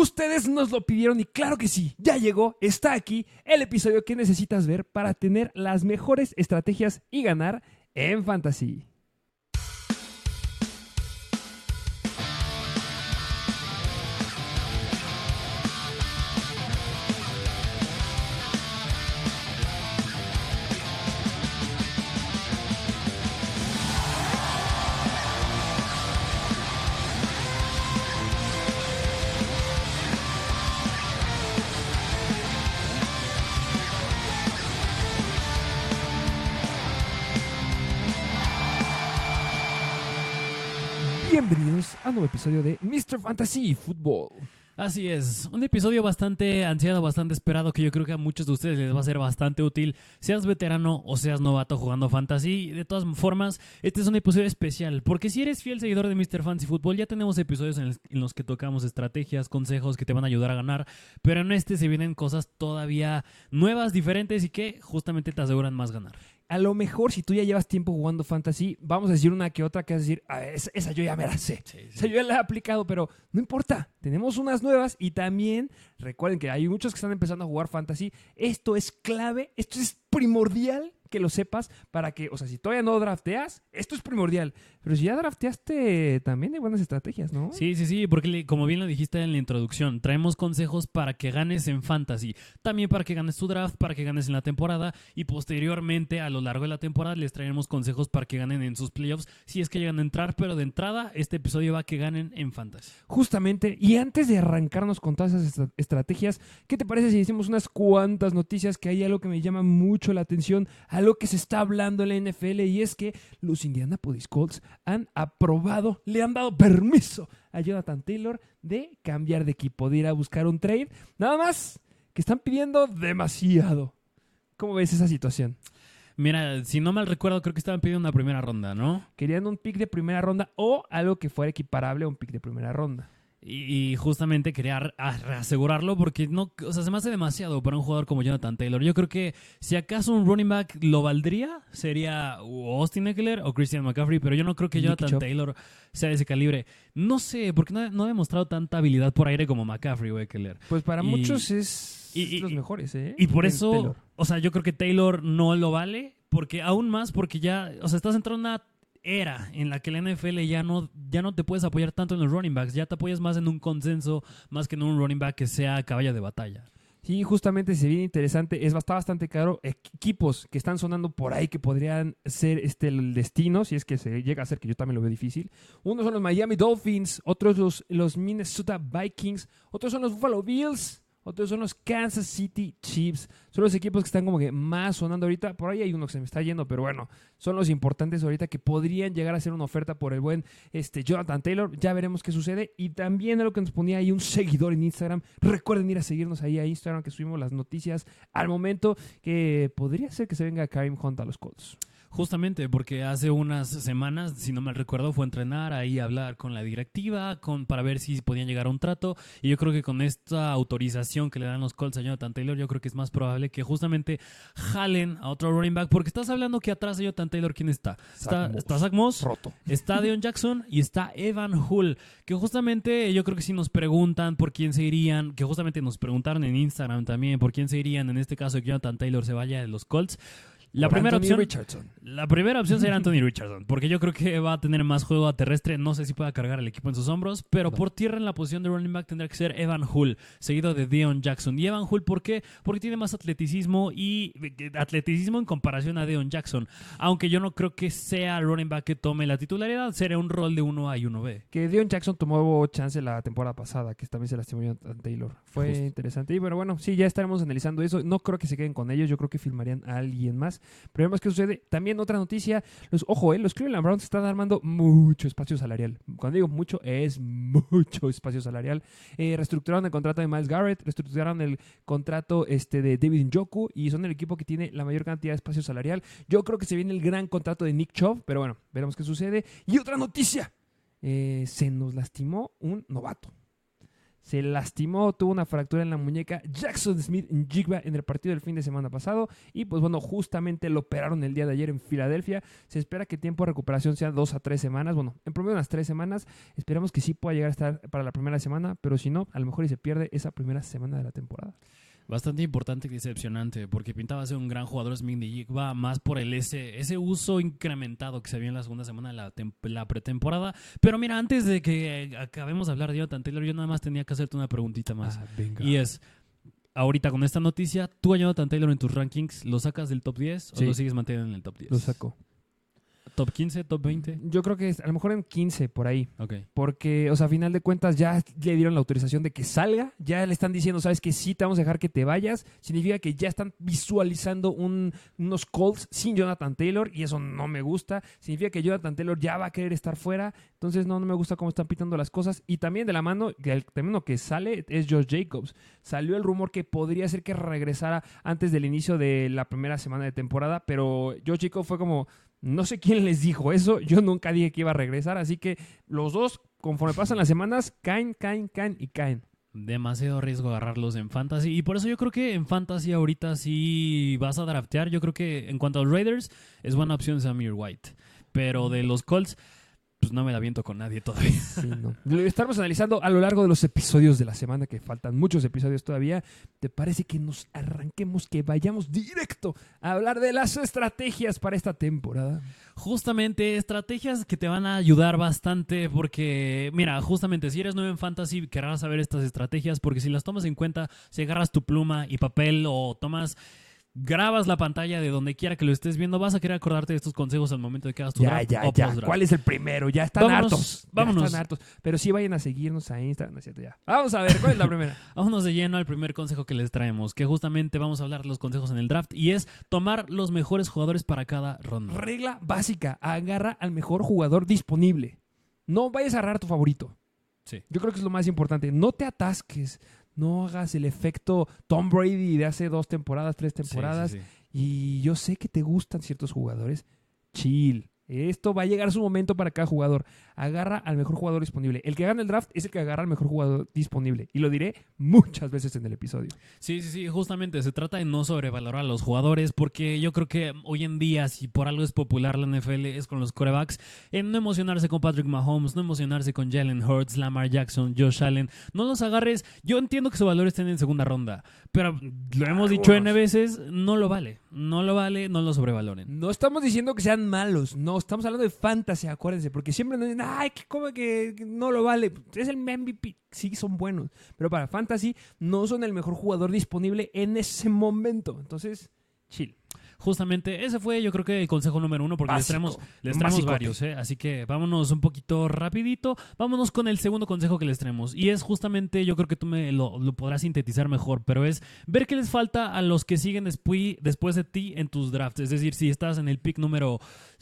Ustedes nos lo pidieron y claro que sí, ya llegó, está aquí el episodio que necesitas ver para tener las mejores estrategias y ganar en Fantasy. Bienvenidos a un nuevo episodio de Mr. Fantasy Football. Así es, un episodio bastante ansiado, bastante esperado, que yo creo que a muchos de ustedes les va a ser bastante útil, seas veterano o seas novato jugando Fantasy. De todas formas, este es un episodio especial, porque si eres fiel seguidor de Mr. Fantasy Football, ya tenemos episodios en los que tocamos estrategias, consejos que te van a ayudar a ganar, pero en este se vienen cosas todavía nuevas, diferentes y que justamente te aseguran más ganar. A lo mejor si tú ya llevas tiempo jugando Fantasy, vamos a decir una que otra que vas a decir, esa yo ya me la sé, esa yo ya la he aplicado, pero no importa, tenemos unas nuevas y también recuerden que hay muchos que están empezando a jugar Fantasy. Esto es clave, esto es primordial que lo sepas para que, o sea, si todavía no drafteas, esto es primordial. Pero si ya drafteaste, también hay buenas estrategias, ¿no? Sí, porque como bien lo dijiste en la introducción, traemos consejos para que ganes en Fantasy, también para que ganes tu draft, para que ganes en la temporada y posteriormente a lo largo de la temporada les traeremos consejos para que ganen en sus playoffs si es que llegan a entrar, pero de entrada este episodio va a que ganen en Fantasy. Justamente, y antes de arrancarnos con todas esas estrategias, ¿qué te parece si decimos unas cuantas noticias? Que hay algo que me llama mucho la atención, a lo que se está hablando en la NFL, y es que los Indianapolis Colts han aprobado, le han dado permiso a Jonathan Taylor de cambiar de equipo, de ir a buscar un trade. Nada más que están pidiendo demasiado. ¿Cómo ves esa situación? Mira, si no mal recuerdo, creo que estaban pidiendo una primera ronda, ¿no? Querían un pick de primera ronda o algo que fuera equiparable a un pick de primera ronda. Y justamente quería reasegurarlo porque no, o sea, se me hace demasiado para un jugador como Jonathan Taylor. Yo creo que si acaso un running back lo valdría, sería o Austin Ekeler o Christian McCaffrey, pero yo no creo que Jonathan Taylor sea de ese calibre. No sé, porque no ha demostrado tanta habilidad por aire como McCaffrey o Ekeler. Pues para muchos es los mejores, ¿eh? Y por eso, Taylor. O sea, yo creo que Taylor no lo vale, porque aún más porque ya, o sea, estás entrando en una era en la que la NFL ya no te puedes apoyar tanto en los running backs, ya te apoyas más en un consenso, más que en un running back que sea caballo de batalla. Sí, justamente se viene interesante, está bastante caro. Equipos que están sonando por ahí que podrían ser el destino, si es que se llega a ser, que yo también lo veo difícil. Unos son los Miami Dolphins, otros los Minnesota Vikings, otros son los Buffalo Bills, otros son los Kansas City Chiefs. Son los equipos que están como que más sonando ahorita. Por ahí hay uno que se me está yendo, pero bueno, son los importantes ahorita que podrían llegar a hacer una oferta por el buen Jonathan Taylor. Ya veremos qué sucede. Y también algo que nos ponía ahí un seguidor en Instagram. Recuerden ir a seguirnos ahí a Instagram, que subimos las noticias al momento, que podría ser que se venga Kareem Hunt a los Colts. Justamente, porque hace unas semanas, si no mal recuerdo, fue a entrenar ahí a hablar con la directiva para ver si podían llegar a un trato. Y yo creo que con esta autorización que le dan los Colts a Jonathan Taylor, yo creo que es más probable que justamente jalen a otro running back. Porque estás hablando que atrás de Jonathan Taylor, ¿quién está? Está Zach Moss, roto. Está Deon Jackson y está Evan Hull. Que justamente yo creo que si nos preguntan por quién se irían, que justamente nos preguntaron en Instagram también por quién se irían en este caso que Jonathan Taylor se vaya de los Colts. La primera opción sería Anthony Richardson, porque yo creo que va a tener más juego a terrestre. No sé si pueda cargar el equipo en sus hombros, pero por tierra en la posición de running back tendrá que ser Evan Hull, seguido de Deon Jackson. ¿Y Evan Hull por qué? Porque tiene más atleticismo en comparación a Deon Jackson. Aunque yo no creo que sea el running back que tome la titularidad, sería un rol de 1A y 1B. Que Deon Jackson tomó chance la temporada pasada, que también se lastimó Jonathan Taylor. Fue interesante. Y bueno, sí, ya estaremos analizando eso. No creo que se queden con ellos, yo creo que firmarían a alguien más. Pero vemos qué sucede. También otra noticia, los Cleveland Browns están armando mucho espacio salarial. Cuando digo mucho, es mucho espacio salarial. Reestructuraron el contrato de Myles Garrett, reestructuraron el contrato de David Njoku y son el equipo que tiene la mayor cantidad de espacio salarial. Yo creo que se viene el gran contrato de Nick Chubb, pero bueno, veremos qué sucede. Y otra noticia, se nos lastimó un novato. se lastimó, tuvo una fractura en la muñeca. Jackson Smith-Njigba en el partido del fin de semana pasado. Y pues bueno, justamente lo operaron el día de ayer en Filadelfia. Se espera que el tiempo de recuperación sea 2 a 3 semanas. Bueno, en promedio unas 3 semanas. Esperamos que sí pueda llegar a estar para la primera semana. Pero si no, a lo mejor y se pierde esa primera semana de la temporada. Bastante importante y decepcionante, porque pintaba ser un gran jugador Smith-Njigba, más por ese uso incrementado que se vio en la segunda semana de la pretemporada. Pero mira, antes de que acabemos de hablar de Jonathan Taylor, yo nada más tenía que hacerte una preguntita más. Venga. Y es, ahorita con esta noticia, ¿tú a Jonathan Taylor en tus rankings lo sacas del top 10 Sí. o lo sigues manteniendo en el top 10? Lo saco. ¿Top 15, top 20? Yo creo que a lo mejor en 15 por ahí. Ok. Porque, o sea, a final de cuentas ya le dieron la autorización de que salga. Ya le están diciendo, ¿sabes qué? Sí, te vamos a dejar que te vayas. Significa que ya están visualizando unos Colts sin Jonathan Taylor. Y eso no me gusta. Significa que Jonathan Taylor ya va a querer estar fuera. Entonces no me gusta cómo están pitando las cosas. Y también de la mano, el término que sale es Josh Jacobs. Salió el rumor que podría ser que regresara antes del inicio de la primera semana de temporada. Pero Josh Jacobs fue como... No sé quién les dijo eso, yo nunca dije que iba a regresar, así que los dos, conforme pasan las semanas, caen y caen. Demasiado riesgo agarrarlos en Fantasy, y por eso yo creo que en Fantasy ahorita sí vas a draftear. Yo creo que en cuanto a los Raiders es buena opción Zamir White, pero de los Colts pues no me la viento con nadie todavía. Sí, no. Lo estaremos analizando a lo largo de los episodios de la semana, que faltan muchos episodios todavía. ¿Te parece que nos arranquemos, que vayamos directo a hablar de las estrategias para esta temporada? Justamente, estrategias que te van a ayudar bastante porque, mira, justamente si eres nuevo en Fantasy querrás saber estas estrategias, porque si las tomas en cuenta, si agarras tu pluma y papel o grabas la pantalla de donde quiera que lo estés viendo, vas a querer acordarte de estos consejos al momento de que hagas tu draft o post-draft. ¿Cuál es el primero? Ya están hartos. Vámonos. Ya están hartos. Pero sí vayan a seguirnos a Instagram, no es cierto, ya. Vamos a ver, ¿cuál es la primera? Vámonos de lleno al primer consejo que les traemos, que justamente vamos a hablar de los consejos en el draft, y es tomar los mejores jugadores para cada ronda. Regla básica, agarra al mejor jugador disponible. No vayas a agarrar a tu favorito. Sí. Yo creo que es lo más importante. No te atasques. No hagas el efecto Tom Brady de hace 2 temporadas, 3 temporadas. Sí. Y yo sé que te gustan ciertos jugadores. Chill. Esto va a llegar a su momento para cada jugador. Agarra al mejor jugador disponible. El que gana el draft es el que agarra al mejor jugador disponible. Y lo diré muchas veces en el episodio. Sí, justamente se trata de no sobrevalorar a los jugadores, porque yo creo que hoy en día, si por algo es popular la NFL, es con los quarterbacks, en no emocionarse con Patrick Mahomes, no emocionarse con Jalen Hurts, Lamar Jackson, Josh Allen. No los agarres. Yo entiendo que su valor estén en segunda ronda, pero lo hemos dicho N veces, no lo vale. No lo vale, no lo sobrevaloren. No estamos diciendo que sean malos. No, estamos hablando de fantasy, acuérdense. Porque siempre nos dicen, ay, ¿cómo que no lo vale? Es el MVP. Sí, son buenos. Pero para fantasy no son el mejor jugador disponible en ese momento. Entonces, chill. Justamente, ese fue yo creo que el consejo número 1, porque Básico. les traemos varios, así que vámonos un poquito rapidito, vámonos con el segundo consejo que les traemos, y es justamente, yo creo que tú me lo podrás sintetizar mejor, pero es ver qué les falta a los que siguen después de ti en tus drafts. Es decir, si estás en el pick número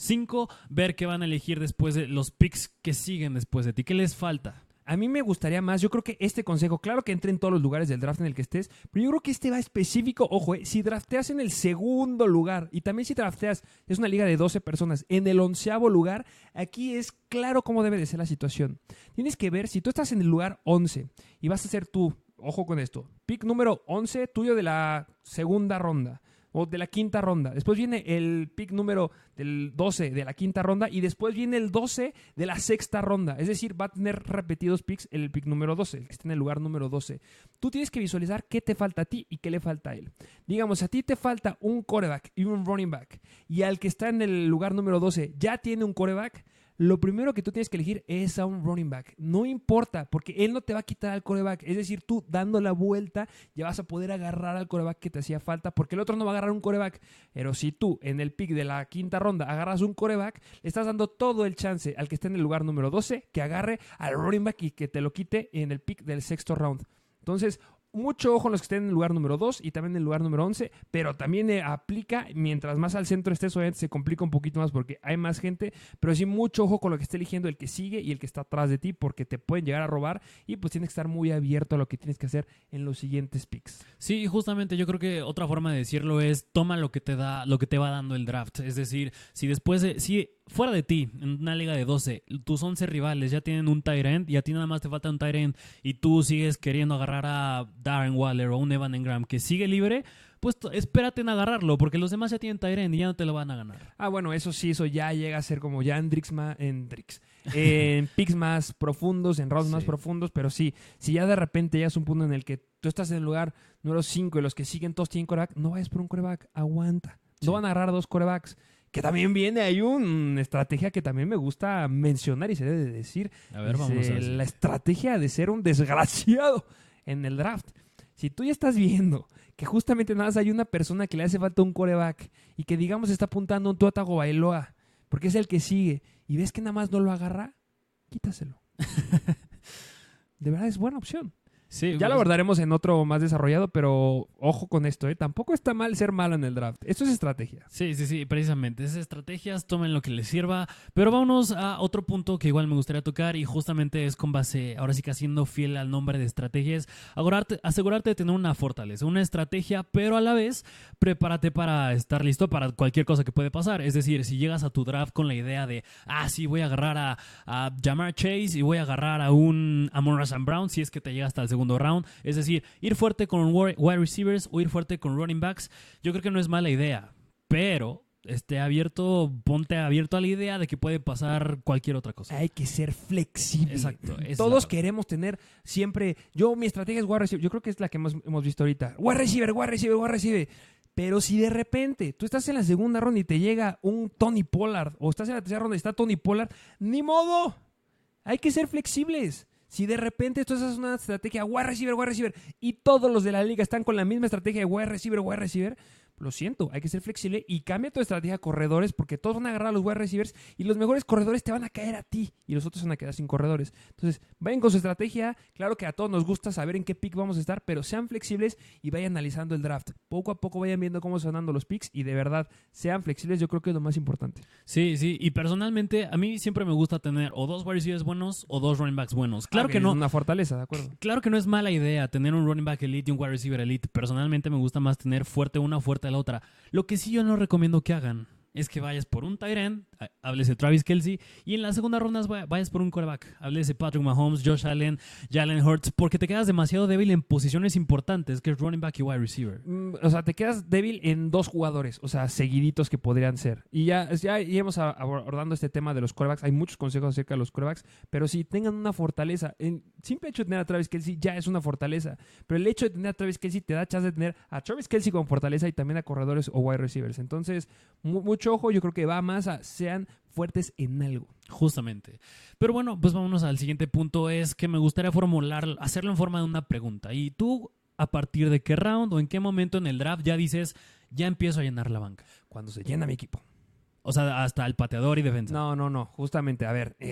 5, ver qué van a elegir después de los picks que siguen después de ti, qué les falta. A mí me gustaría más, yo creo que este consejo, claro que entre en todos los lugares del draft en el que estés, pero yo creo que este va específico, ojo, si drafteas en el segundo lugar, y también si drafteas, es una liga de 12 personas, en el 11º lugar, aquí es claro cómo debe de ser la situación. Tienes que ver, si tú estás en el lugar 11 y vas a ser tú, ojo con esto, pick número 11 tuyo de la segunda ronda, o de la quinta ronda. Después viene el pick número del 12 de la quinta ronda y después viene el 12 de la sexta ronda. Es decir, va a tener repetidos picks el pick número 12, el que está en el lugar número 12. Tú tienes que visualizar qué te falta a ti y qué le falta a él. Digamos, a ti te falta un quarterback y un running back y al que está en el lugar número 12 ya tiene un quarterback. Lo primero que tú tienes que elegir es a un running back. No importa, porque él no te va a quitar al quarterback. Es decir, tú dando la vuelta ya vas a poder agarrar al quarterback que te hacía falta, porque el otro no va a agarrar un quarterback. Pero si tú en el pick de la quinta ronda agarras un quarterback, le estás dando todo el chance al que esté en el lugar número 12 que agarre al running back y que te lo quite en el pick del sexto round. Entonces, mucho ojo en los que estén en el lugar número 2 y también en el lugar número 11, pero también aplica, mientras más al centro estés, obviamente se complica un poquito más porque hay más gente, pero sí mucho ojo con lo que esté eligiendo el que sigue y el que está atrás de ti, porque te pueden llegar a robar y pues tienes que estar muy abierto a lo que tienes que hacer en los siguientes picks. Sí, justamente yo creo que otra forma de decirlo es toma lo que te va dando el draft. Es decir, si fuera de ti, en una liga de 12, tus 11 rivales ya tienen un tight end y a ti nada más te falta un tight end y tú sigues queriendo agarrar a Darren Waller o un Evan Engram que sigue libre, pues espérate en agarrarlo, porque los demás ya tienen tight end y ya no te lo van a ganar. Bueno, eso sí, eso ya llega a ser como ya en picks más profundos, en rounds más profundos, pero sí, si ya de repente ya es un punto en el que tú estás en el lugar número 5 y los que siguen todos tienen quarterback, no vayas por un quarterback, aguanta. No van a agarrar 2 quarterbacks. Que también viene, hay una estrategia que también me gusta mencionar y se debe de decir. A ver, vamos a ver. La estrategia de ser un desgraciado en el draft. Si tú ya estás viendo que justamente nada más hay una persona que le hace falta un quarterback y que digamos está apuntando a un Tua Tagovailoa porque es el que sigue y ves que nada más no lo agarra, quítaselo. De verdad es buena opción. Sí, Ya lo abordaremos en otro más desarrollado, pero ojo con esto, ¿eh? Tampoco está mal ser malo en el draft. Esto es estrategia. Sí, precisamente. Esas estrategias, tomen lo que les sirva. Pero vámonos a otro punto que igual me gustaría tocar y justamente es con base, ahora sí que siendo fiel al nombre de estrategias, asegurarte de tener una fortaleza, una estrategia, pero a la vez prepárate para estar listo para cualquier cosa que puede pasar. Es decir, si llegas a tu draft con la idea de, sí, voy a agarrar a Ja'Marr Chase y voy a agarrar a un Amon-Ra St. Brown, si es que te llega hasta el segundo round, es decir, ir fuerte con wide receivers o ir fuerte con running backs, yo creo que no es mala idea, pero ponte abierto a la idea de que puede pasar cualquier otra cosa. Hay que ser flexible. Exacto. Todos queremos tener siempre, mi estrategia es wide receiver, yo creo que es la que hemos visto ahorita, wide receiver. Pero si de repente tú estás en la segunda ronda y te llega un Tony Pollard, o estás en la tercera ronda y está Tony Pollard, ni modo, hay que ser flexibles. Si de repente tú haces una estrategia wide receiver, y todos los de la liga están con la misma estrategia de wide receiver, lo siento, hay que ser flexible y cambia tu estrategia a corredores porque todos van a agarrar a los wide receivers y los mejores corredores te van a caer a ti y los otros van a quedar sin corredores. Entonces, vayan con su estrategia. Claro que a todos nos gusta saber en qué pick vamos a estar, pero sean flexibles y vayan analizando el draft. Poco a poco vayan viendo cómo están dando los picks y de verdad, sean flexibles. Yo creo que es lo más importante. Sí, y personalmente a mí siempre me gusta tener o 2 wide receivers buenos o 2 running backs buenos. Claro que no. Es una fortaleza, de acuerdo. Claro que no es mala idea tener un running back elite y un wide receiver elite. Personalmente me gusta más tener fuerte una, fuerte la otra. Lo que sí yo no recomiendo que hagan es que vayas por un tight end, háblese Travis Kelce, y en la segunda ronda vayas por un quarterback, háblese Patrick Mahomes, Josh Allen, Jalen Hurts, porque te quedas demasiado débil en posiciones importantes, que es running back y wide receiver. O sea, te quedas débil en 2 jugadores, o sea, seguiditos que podrían ser. Y ya íbamos abordando este tema de los quarterbacks. Hay muchos consejos acerca de los quarterbacks, pero si tengan una fortaleza, el simple hecho de tener a Travis Kelce ya es una fortaleza, pero el hecho de tener a Travis Kelce te da chance de tener a Travis Kelce con fortaleza y también a corredores o wide receivers. Entonces, mucho ojo, yo creo que va más a sean fuertes en algo. Justamente. Pero bueno, pues vámonos al siguiente punto, es que me gustaría hacerlo en forma de una pregunta. ¿Y tú, a partir de qué round o en qué momento en el draft ya dices, ya empiezo a llenar la banca? Cuando se llena mi equipo. O sea, hasta el pateador y defensa. No, justamente,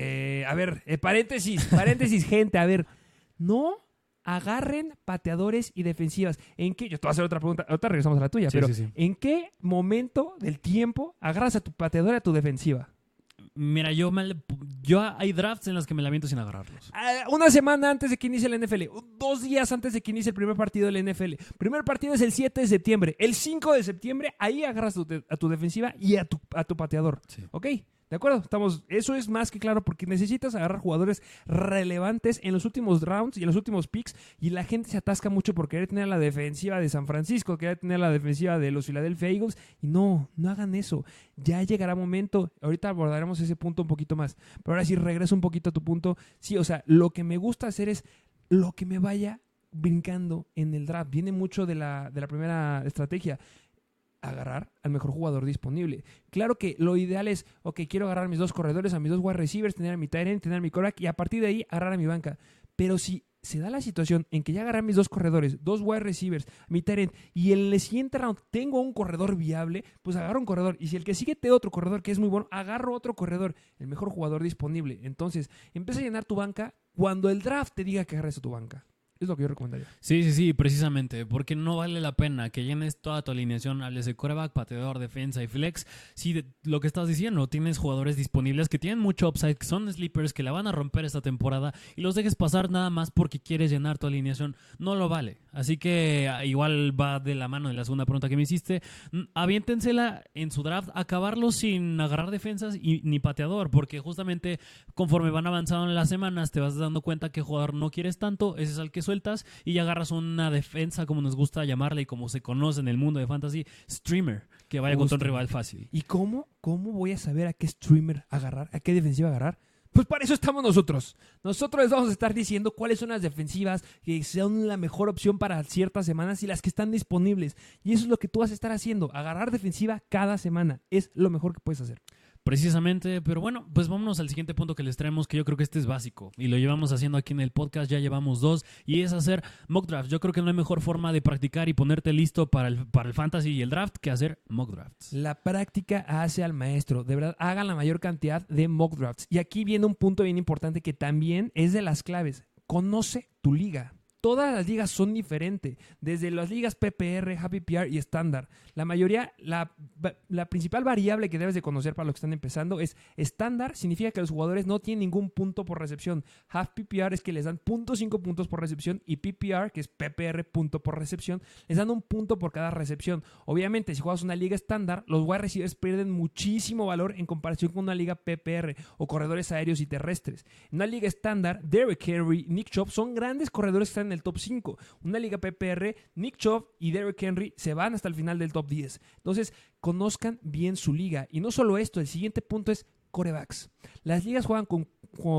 paréntesis, gente, no agarren pateadores y defensivas. ¿En qué? Yo te voy a hacer otra pregunta. Ahorita regresamos a la tuya, sí. ¿En qué momento del tiempo agarras a tu pateador y a tu defensiva? Mira, yo hay drafts en los que me la aviento sin agarrarlos. Una semana antes de que inicie la NFL. 2 días antes de que inicie el primer partido de la NFL. Primer partido es el 7 de septiembre. El 5 de septiembre, ahí agarras a tu defensiva y a tu pateador. Sí. ¿Ok? ¿De acuerdo? Eso es más que claro porque necesitas agarrar jugadores relevantes en los últimos rounds y en los últimos picks y la gente se atasca mucho por querer tener la defensiva de San Francisco, querer tener la defensiva de los Philadelphia Eagles y no hagan eso. Ya llegará momento, ahorita abordaremos ese punto un poquito más, pero ahora sí regreso un poquito a tu punto. Sí, o sea, lo que me gusta hacer es lo que me vaya brincando en el draft. Viene mucho de la primera estrategia. Agarrar al mejor jugador disponible. Claro que lo ideal es, quiero agarrar a mis 2 corredores, a mis 2 wide receivers, tener a mi tight end, tener a mi quarterback y a partir de ahí agarrar a mi banca. Pero si se da la situación en que ya agarré a mis 2 corredores, 2 wide receivers, mi tight end y en el siguiente round tengo un corredor viable, pues agarro un corredor. Y si el que sigue te da otro corredor que es muy bueno, agarro otro corredor, el mejor jugador disponible. Entonces, empieza a llenar tu banca cuando el draft te diga que agarres a tu banca. Es lo que yo recomendaría. Sí, precisamente, porque no vale la pena que llenes toda tu alineación, hables de quarterback, pateador, defensa y flex. Si lo que estás diciendo, tienes jugadores disponibles que tienen mucho upside, que son sleepers, que la van a romper esta temporada y los dejes pasar nada más porque quieres llenar tu alineación, no lo vale. Así que igual va de la mano de la segunda pregunta que me hiciste. Aviéntensela en su draft, acabarlo sin agarrar defensas ni pateador, porque justamente conforme van avanzando en las semanas te vas dando cuenta que jugador no quieres tanto, ese es al que sueltas y ya agarras una defensa, como nos gusta llamarla y como se conoce en el mundo de fantasy, streamer, que vaya contra un rival fácil. ¿Y cómo voy a saber a qué streamer agarrar, a qué defensiva agarrar? Pues para eso estamos nosotros. Nosotros les vamos a estar diciendo cuáles son las defensivas que son la mejor opción para ciertas semanas y las que están disponibles. Y eso es lo que tú vas a estar haciendo, agarrar defensiva cada semana. Es lo mejor que puedes hacer. Precisamente, pero bueno, pues vámonos al siguiente punto que les traemos, que yo creo que este es básico y lo llevamos haciendo aquí en el podcast, ya llevamos 2, y es hacer mock drafts. Yo creo que no hay mejor forma de practicar y ponerte listo para el fantasy y el draft que hacer mock drafts. La práctica hace al maestro. De verdad, hagan la mayor cantidad de mock drafts. Y aquí viene un punto bien importante que también es de las claves. Conoce tu liga. Todas las ligas son diferentes, desde las ligas PPR, Happy PR y estándar. La mayoría, la principal variable que debes de conocer para los que están empezando es estándar, significa que los jugadores no tienen ningún punto por recepción. Happy PR es que les dan 0.5 puntos por recepción y PPR, que es PPR punto por recepción, les dan un punto por cada recepción. Obviamente, si juegas una liga estándar, los wide receivers pierden muchísimo valor en comparación con una liga PPR o corredores aéreos y terrestres. En una liga estándar, Derrick Henry, Nick Chubb son grandes corredores que están en el top 5. Una liga PPR, Nick Chubb y Derrick Henry se van hasta el final del top 10. Entonces, conozcan bien su liga. Y no solo esto, el siguiente punto es quarterbacks. Las ligas juegan con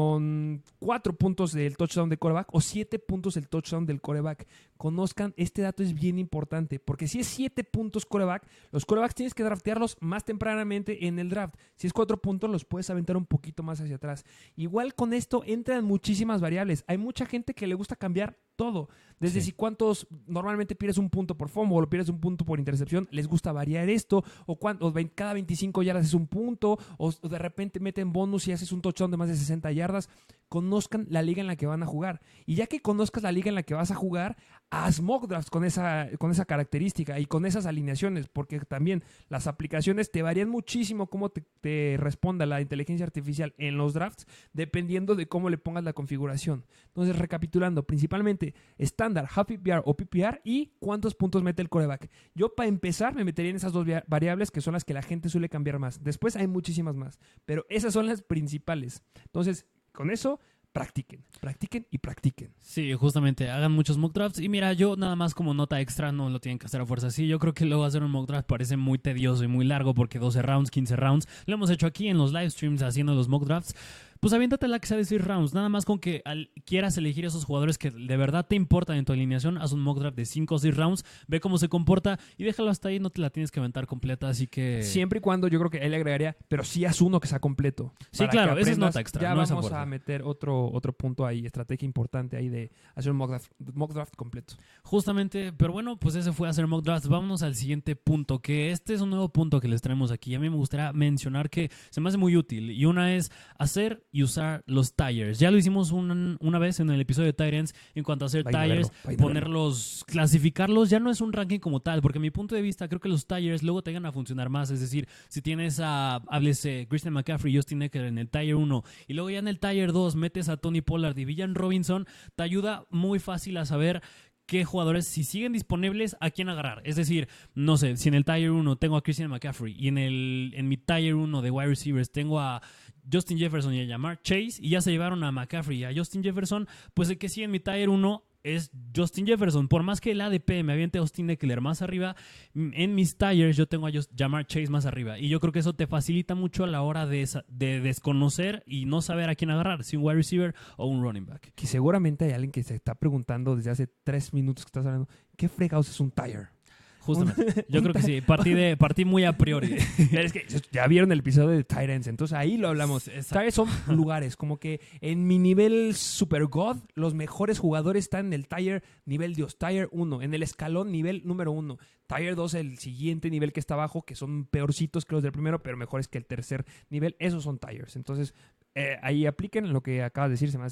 4 puntos del touchdown de quarterback o 7 puntos del touchdown del quarterback. Conozcan, este dato es bien importante, porque si es 7 puntos quarterback, los quarterbacks tienes que draftearlos más tempranamente en el draft. Si es 4 puntos, los puedes aventar un poquito más hacia atrás. Igual con esto entran muchísimas variables. Hay mucha gente que le gusta cambiar todo. Desde si cuántos, normalmente pierdes un punto por fumble o pierdes un punto por intercepción, les gusta variar esto, o cada 25 yardas es un punto, o de repente meten bonus y haces un touchdown de más de 60 yardas. Conozcan la liga en la que van a jugar. Y ya que conozcas la liga en la que vas a jugar, haz mock drafts con esa característica y con esas alineaciones, porque también las aplicaciones te varían muchísimo cómo te responda la inteligencia artificial en los drafts, dependiendo de cómo le pongas la configuración. Entonces, recapitulando, principalmente estándar, Happy PR o PPR y cuántos puntos mete el quarterback. Yo, para empezar, me metería en esas dos variables que son las que la gente suele cambiar más. Después hay muchísimas más, pero esas son las principales. Entonces, con eso, practiquen y practiquen. Sí, justamente, hagan muchos mock drafts. Y mira, yo nada más como nota extra, no lo tienen que hacer a fuerza así. Yo creo que luego hacer un mock draft parece muy tedioso y muy largo porque 12 rounds, 15 rounds. Lo hemos hecho aquí en los live streams haciendo los mock drafts. Pues aviéntate la que sea de 6 rounds. Nada más con que quieras elegir esos jugadores que de verdad te importan en tu alineación, haz un mock draft de 5 o 6 rounds, ve cómo se comporta y déjalo hasta ahí, no te la tienes que aventar completa, así que... Siempre y cuando, yo creo que él le agregaría, pero sí haz uno que sea completo. Sí, claro, esa es nota extra. Ya no vamos a meter otro punto ahí, estrategia importante ahí de hacer un mock draft completo. Justamente, pero bueno, pues ese fue hacer mock drafts. Vámonos al siguiente punto, que este es un nuevo punto que les traemos aquí. A mí me gustaría mencionar que se me hace muy útil y una es hacer y usar los tires. Ya lo hicimos una vez en el episodio de Titans en cuanto a hacer tires, ponerlos, clasificarlos. Ya no es un ranking como tal, porque a mi punto de vista creo que los tires luego te llegan a funcionar más. Es decir, si tienes háblese Christian McCaffrey y Justin Eckler en el tire 1 y luego ya en el tire 2 metes a Tony Pollard y Villan Robinson, te ayuda muy fácil a saber qué jugadores, si siguen disponibles, a quién agarrar. Es decir, no sé, si en el Tier 1 tengo a Christian McCaffrey y en mi Tier 1 de wide receivers tengo a Justin Jefferson y a Ja'Marr Chase y ya se llevaron a McCaffrey y a Justin Jefferson, pues el que sigue en mi Tier 1 es Justin Jefferson. Por más que el ADP me aviente a Austin Eckler más arriba, en mis tires yo tengo a Ja'Marr Chase más arriba. Y yo creo que eso te facilita mucho a la hora de desconocer y no saber a quién agarrar, si un wide receiver o un running back. Que seguramente hay alguien que se está preguntando desde hace 3 minutos que estás hablando, ¿qué fregados es un tire? Justamente. Yo creo que sí. Partí muy a priori. Es que ya vieron el episodio de Titans, entonces ahí lo hablamos. Tires son lugares, como que en mi nivel Super God, los mejores jugadores están en el Tier nivel Dios, Tier 1, en el escalón nivel número 1. Tier 2, el siguiente nivel que está abajo, que son peorcitos que los del primero, pero mejores que el tercer nivel. Esos son Tires. Entonces, ahí apliquen lo que acabas de decir, se me hace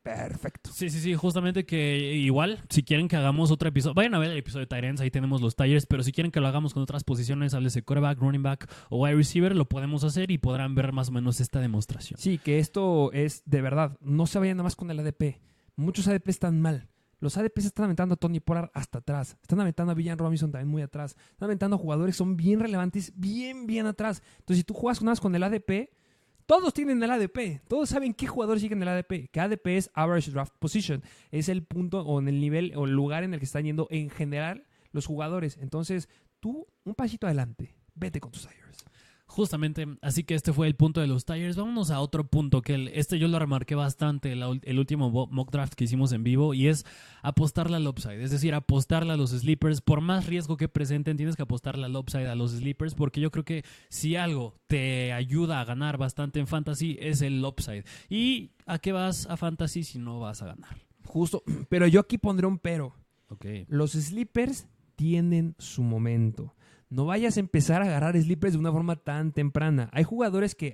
perfecto. Sí, justamente que igual, si quieren que hagamos otro episodio, vayan a ver el episodio de tight ends, ahí tenemos los tires, pero si quieren que lo hagamos con otras posiciones, háblese quarterback, running back o wide receiver, lo podemos hacer y podrán ver más o menos esta demostración. Sí, que esto es de verdad. No se vayan nada más con el ADP. Muchos ADP están mal. Los ADPs están aventando a Tony Pollard hasta atrás. Están aventando a Villan Robinson también muy atrás. Están aventando a jugadores que son bien relevantes, bien atrás. Entonces, si tú juegas nada más con el ADP, todos tienen el ADP. Todos saben qué jugadores siguen el ADP. Que ADP es Average Draft Position. Es el punto o en el nivel o el lugar en el que están yendo en general los jugadores. Entonces, tú, un pasito adelante. Vete con tus Tigers. Justamente, así que este fue el punto de los Tigers. Vámonos a otro punto que yo lo remarqué bastante el último mock draft que hicimos en vivo, y es apostarle al upside, es decir, apostarle a los sleepers. Por más riesgo que presenten, tienes que apostarle al upside a los sleepers, porque yo creo que si algo te ayuda a ganar bastante en fantasy es el upside. ¿Y a qué vas a fantasy si no vas a ganar? Justo, pero yo aquí pondré un pero. Okay. Los sleepers tienen su momento. No vayas a empezar a agarrar sleepers de una forma tan temprana. Hay jugadores que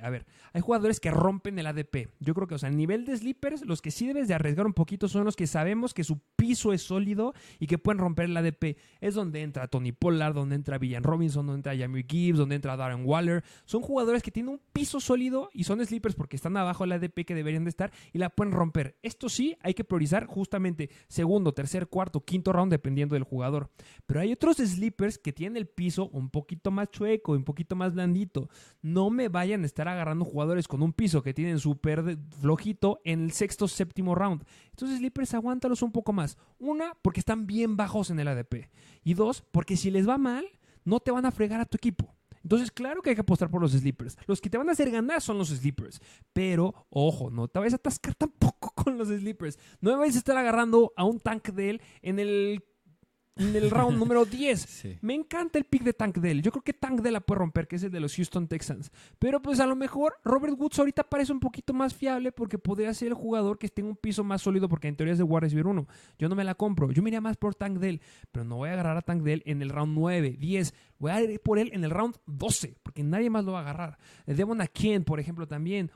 rompen el ADP. Yo creo que, o sea, a nivel de sleepers, los que sí debes de arriesgar un poquito son los que sabemos que su piso es sólido y que pueden romper el ADP. Es donde entra Tony Pollard, donde entra Villan Robinson, donde entra Jahmyr Gibbs, donde entra Darren Waller. Son jugadores que tienen un piso sólido y son sleepers porque están abajo del ADP que deberían de estar y la pueden romper. Esto sí, hay que priorizar justamente segundo, tercer, cuarto, quinto round dependiendo del jugador. Pero hay otros sleepers que tienen el piso un poquito más chueco, un poquito más blandito. No me vayan a estar agarrando jugadores con un piso que tienen súper flojito en el sexto, séptimo round. Entonces, sleepers, aguántalos un poco más. Una, porque están bien bajos en el ADP. Y dos, porque si les va mal, no te van a fregar a tu equipo. Entonces, claro que hay que apostar por los sleepers. Los que te van a hacer ganar son los sleepers. Pero, ojo, no te vayas a atascar tampoco con los sleepers. No me vayas a estar agarrando a un Tank Dell en el round número 10. Sí. Me encanta el pick de Tank Dell. Yo creo que Tank Dell la puede romper, que es el de los Houston Texans. Pero pues a lo mejor Robert Woods ahorita parece un poquito más fiable porque podría ser el jugador que esté en un piso más sólido porque en teoría es de wide receiver 1. Yo no me la compro. Yo me iría más por Tank Dell. Pero no voy a agarrar a Tank Dell en el round 9, 10. Voy a ir por él en el round 12 porque nadie más lo va a agarrar. Devon Achane, por ejemplo, también.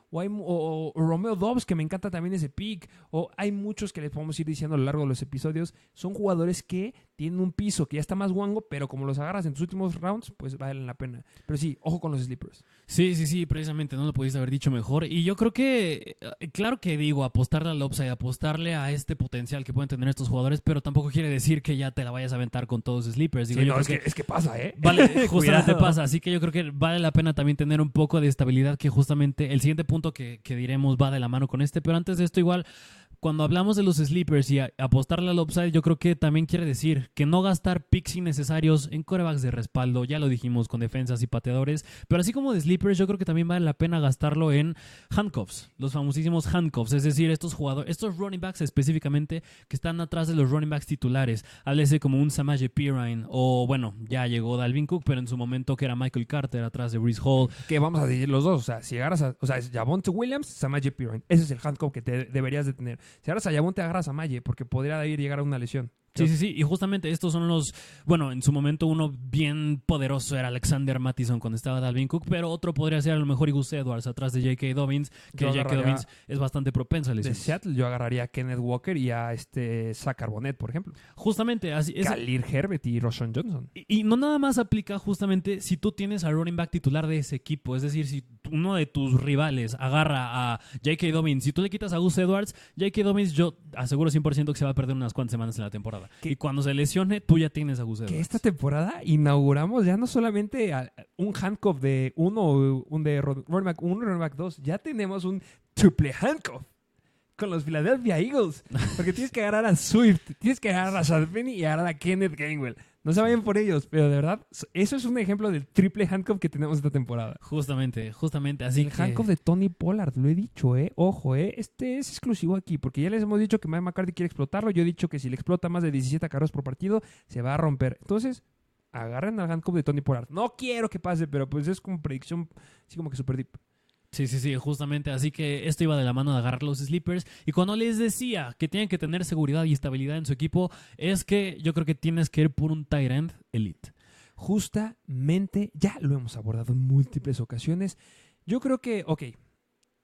O Romeo Doubs, que me encanta también ese pick. O hay muchos que les podemos ir diciendo a lo largo de los episodios. Son jugadores que tienen un piso que ya está más guango, pero como los agarras en tus últimos rounds, pues valen la pena. Pero sí, ojo con los sleepers. Sí, precisamente, no lo pudiste haber dicho mejor. Y yo creo que, claro que digo, apostarle al upside, apostarle a este potencial que pueden tener estos jugadores, pero tampoco quiere decir que ya te la vayas a aventar con todos los sleepers. Digo, Sí, yo no, creo es que pasa, ¿eh? Vale, justamente pasa. Así que yo creo que vale la pena también tener un poco de estabilidad, que justamente el siguiente punto que diremos va de la mano con este. Pero antes de esto, igual, cuando hablamos de los sleepers y apostarle al upside, yo creo que también quiere decir que no gastar picks innecesarios en quarterbacks de respaldo, ya lo dijimos, con defensas y pateadores, pero así como de sleepers, yo creo que también vale la pena gastarlo en handcuffs, los famosísimos handcuffs, es decir, estos running backs específicamente que están atrás de los running backs titulares, háblese como un Samaje Perine, o bueno, ya llegó Dalvin Cook, pero en su momento que era Michael Carter atrás de Breece Hall. Que vamos a decir los dos, o sea, si agarras es Javonte Williams, Samaje Perine, ese es el handcuff que te deberías de tener. Si agarras a Javonte, agarras a Maye, porque podría llegar a una lesión. Sí, y justamente estos son los, bueno, en su momento uno bien poderoso era Alexander Mattison cuando estaba Dalvin Cook, pero otro podría ser a lo mejor Gus Edwards atrás de J.K. Dobbins, que J.K. Dobbins es bastante propenso a lesiones. De Seattle yo agarraría a Kenneth Walker y a Zach Charbonnet, por ejemplo. Justamente, así es. Khalil Herbert y Roschon Johnson. Y no nada más aplica justamente si tú tienes al running back titular de ese equipo, es decir, si uno de tus rivales agarra a J.K. Dobbins, si tú le quitas a Gus Edwards, J.K. Dobbins yo aseguro 100% que se va a perder unas cuantas semanas en la temporada. Y cuando se lesione, tú ya tienes a Gus Edwards. Que esta temporada inauguramos ya no solamente un handcuff de uno, un de running back 1 y running back 2, ya tenemos un triple handcuff con los Philadelphia Eagles. Porque tienes que agarrar a Swift, tienes que agarrar a Rashad Penny y agarrar a Kenneth Gainwell. No se vayan por ellos, pero de verdad, eso es un ejemplo del triple handcuff que tenemos esta temporada. Justamente. Así el handcuff de Tony Pollard, lo he dicho, ojo, este es exclusivo aquí, porque ya les hemos dicho que Mike McCarthy quiere explotarlo. Yo he dicho que si le explota más de 17 carreras por partido, se va a romper. Entonces, agarren al handcuff de Tony Pollard. No quiero que pase, pero pues es como predicción, así como que super deep. Sí, justamente. Así que esto iba de la mano de agarrar los sleepers. Y cuando les decía que tienen que tener seguridad y estabilidad en su equipo, es que yo creo que tienes que ir por un tight end elite. Justamente, ya lo hemos abordado en múltiples ocasiones. Yo creo que,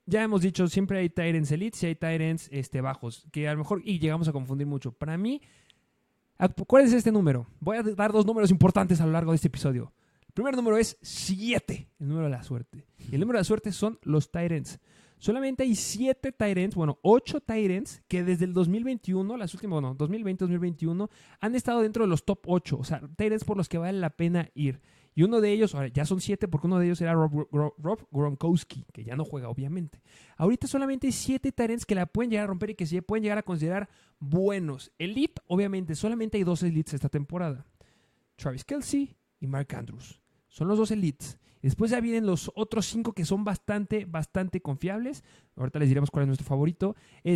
Ya hemos dicho, siempre hay tight ends elites y hay tight ends bajos, que a lo mejor y llegamos a confundir mucho. Para mí, ¿cuál es este número? Voy a dar 2 números importantes a lo largo de este episodio. El primer número es 7, el número de la suerte. Y el número de la suerte son los tight ends. Solamente hay 7 tight ends, 8 tight ends que desde el 2021, 2020-2021, han estado dentro de los top 8. O sea, tight ends por los que vale la pena ir. Y uno de ellos, ahora ya son 7 porque uno de ellos era Rob Gronkowski, que ya no juega obviamente. Ahorita solamente hay 7 tight ends que la pueden llegar a romper y que se pueden llegar a considerar buenos. Elite, obviamente, solamente hay 2 elites esta temporada. Travis Kelce y Mark Andrews. Son los 2 elites. Después ya vienen los otros 5 que son bastante confiables. Ahorita les diremos cuál es nuestro favorito.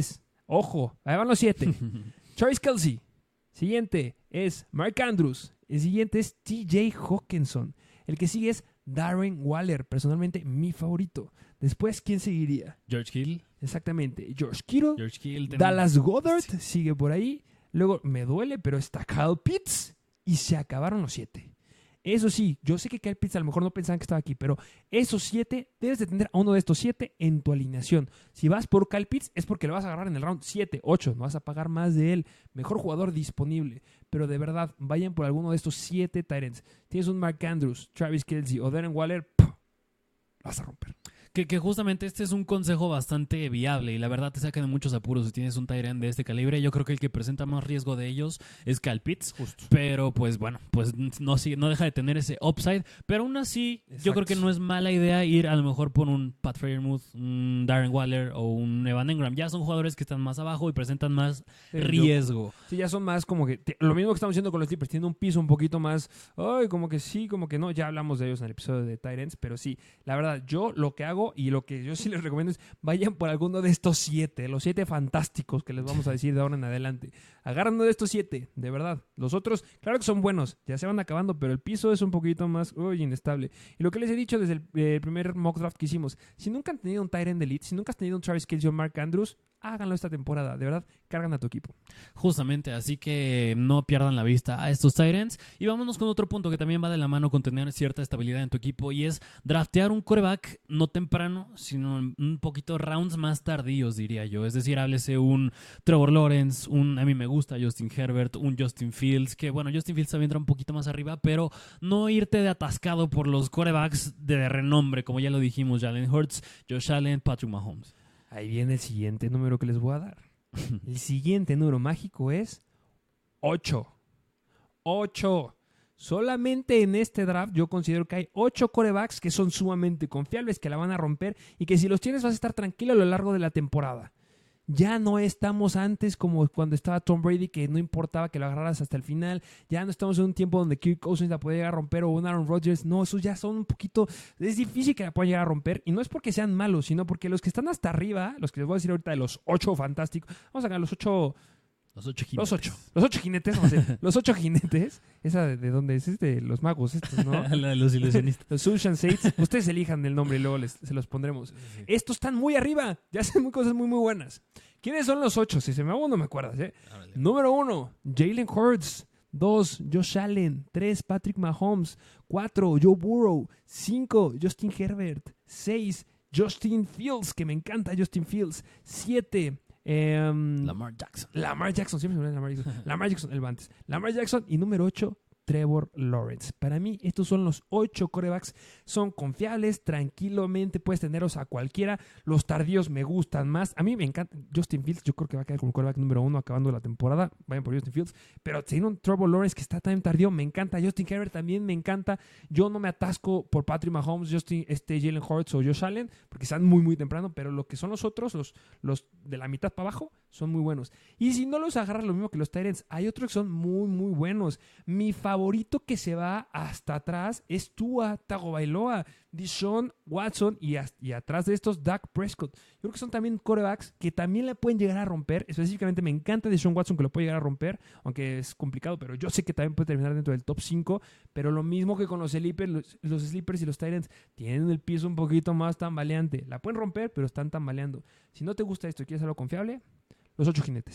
Ojo, ahí van los 7. Travis Kelce. Siguiente es Mark Andrews. El siguiente es TJ Hawkinson. El que sigue es Darren Waller. Personalmente, mi favorito. Después, ¿quién seguiría? George Hill. Exactamente. George Kittle. También. Dallas Goedert sigue por ahí. Luego, me duele, pero está Kyle Pitts. Y se acabaron los 7. Eso sí, yo sé que Kyle Pitts a lo mejor no pensaban que estaba aquí, pero esos 7, debes de tener a uno de estos 7 en tu alineación. Si vas por Kyle Pitts es porque lo vas a agarrar en el round 7, 8, no vas a pagar más de él. Mejor jugador disponible. Pero de verdad, vayan por alguno de estos 7 tight ends. Tienes un Mark Andrews, Travis Kelce o Darren Waller, vas a romper. Que justamente este es un consejo bastante viable y la verdad te saca de muchos apuros si tienes un tight end de este calibre. Yo creo que el que presenta más riesgo de ellos es Kyle Pitts. Justo. Pero pues bueno, pues no deja de tener ese upside. Pero aún así, Exacto. Yo creo que no es mala idea ir a lo mejor por un Pat Freiermuth, un Darren Waller o un Evan Engram. Ya son jugadores que están más abajo y presentan más riesgo. Sí, ya son más como que... Lo mismo que estamos haciendo con los Clippers, tienen un piso un poquito más... Ay, como que sí, como que no. Ya hablamos de ellos en el episodio de tight ends, pero sí, la verdad, yo lo que hago y lo que yo sí les recomiendo es vayan por alguno de estos 7, los 7 fantásticos que les vamos a decir de ahora en adelante. Agarran uno de estos 7, de verdad. Los otros, claro que son buenos, ya se van acabando, pero el piso es un poquito más inestable. Y lo que les he dicho desde el primer mock draft que hicimos, si nunca han tenido un tight end elite, si nunca has tenido un Travis Kelce o Mark Andrews, háganlo esta temporada, de verdad, cargan a tu equipo. Justamente, así que no pierdan la vista a estos tight ends. Y vámonos con otro punto que también va de la mano con tener cierta estabilidad en tu equipo y es draftear un quarterback no temprano, sino un poquito rounds más tardíos, diría yo. Es decir, háblese un Trevor Lawrence, a mí me gusta Justin Herbert, un Justin Fields, que bueno, Justin Fields también entra un poquito más arriba, pero no irte de atascado por los quarterbacks de renombre, como ya lo dijimos, Jalen Hurts, Josh Allen, Patrick Mahomes. Ahí viene el siguiente número que les voy a dar. El siguiente número mágico es 8. 8. Solamente en este draft yo considero que hay 8 quarterbacks que son sumamente confiables, que la van a romper y que si los tienes vas a estar tranquilo a lo largo de la temporada. Ya no estamos antes como cuando estaba Tom Brady, que no importaba que lo agarraras hasta el final. Ya no estamos en un tiempo donde Kirk Cousins la puede llegar a romper o un Aaron Rodgers. No, esos ya son un poquito... Es difícil que la puedan llegar a romper. Y no es porque sean malos, sino porque los que están hasta arriba, los que les voy a decir ahorita de los 8 fantásticos, vamos a sacar los 8... Los 8 jinetes. Los 8 jinetes, no sé. Los 8 jinetes. Esa de dónde es, los magos estos, ¿no? La de los ilusionistas. Los Ocean Saints. Ustedes elijan el nombre y luego se los pondremos. Sí. Estos están muy arriba. Ya hacen cosas muy, muy buenas. ¿Quiénes son los 8? Si se me va uno, me acuerdas, ¿eh? Número 1, Jalen Hurts. 2, Josh Allen. 3, Patrick Mahomes. 4, Joe Burrow. 5, Justin Herbert. 6, Justin Fields, que me encanta Justin Fields. 7, Lamar Jackson, siempre se me olvida Lamar Jackson. Lamar Jackson, el antes. Lamar Jackson y número 8, Trevor Lawrence. Para mí, estos son los 8 quarterbacks. Son confiables, tranquilamente puedes tenerlos a cualquiera. Los tardíos me gustan más. A mí me encanta Justin Fields. Yo creo que va a quedar como quarterback número 1 acabando la temporada. Vayan por Justin Fields. Pero tiene un Trevor Lawrence que está tan tardío. Me encanta. Justin Herbert también me encanta. Yo no me atasco por Patrick Mahomes, Jalen Hurts o Josh Allen porque están muy, muy temprano. Pero lo que son los otros, los de la mitad para abajo, son muy buenos. Y si no los agarras lo mismo que los tight ends, hay otros que son muy, muy buenos. Mi favorito que se va hasta atrás es Tua Tagovailoa, Deshaun Watson y atrás de estos Dak Prescott. Yo creo que son también quarterbacks que también le pueden llegar a romper. Específicamente me encanta Deshaun Watson, que lo puede llegar a romper, aunque es complicado, pero yo sé que también puede terminar dentro del top 5. Pero lo mismo que con los sleepers, los sleepers y los tight ends tienen el piso un poquito más tambaleante. La pueden romper, pero están tambaleando. Si no te gusta esto y quieres algo confiable, los 8 jinetes.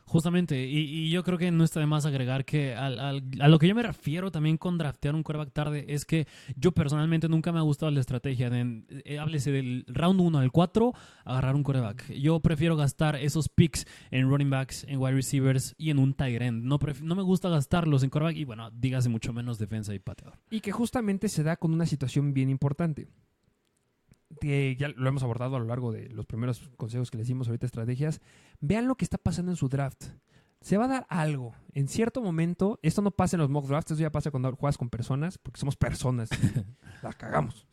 Justamente, y yo creo que no está de más agregar que a lo que yo me refiero también con draftear un quarterback tarde es que yo personalmente nunca me ha gustado la estrategia de, háblese del round 1 al 4, agarrar un quarterback. Yo prefiero gastar esos picks en running backs, en wide receivers y en un tight end. No me gusta gastarlos en quarterback y bueno, dígase mucho menos defensa y pateador. Y que justamente se da con una situación bien importante. Que ya lo hemos abordado a lo largo de los primeros consejos que les dimos ahorita, estrategias. Vean lo que está pasando en su draft. Se va a dar algo. En cierto momento, esto no pasa en los mock drafts, eso ya pasa cuando juegas con personas, porque somos personas. La cagamos.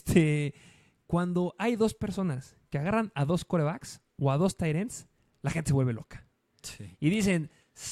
Cuando hay dos personas que agarran a dos quarterbacks o a dos tight ends, la gente se vuelve loca. Sí. Y dicen,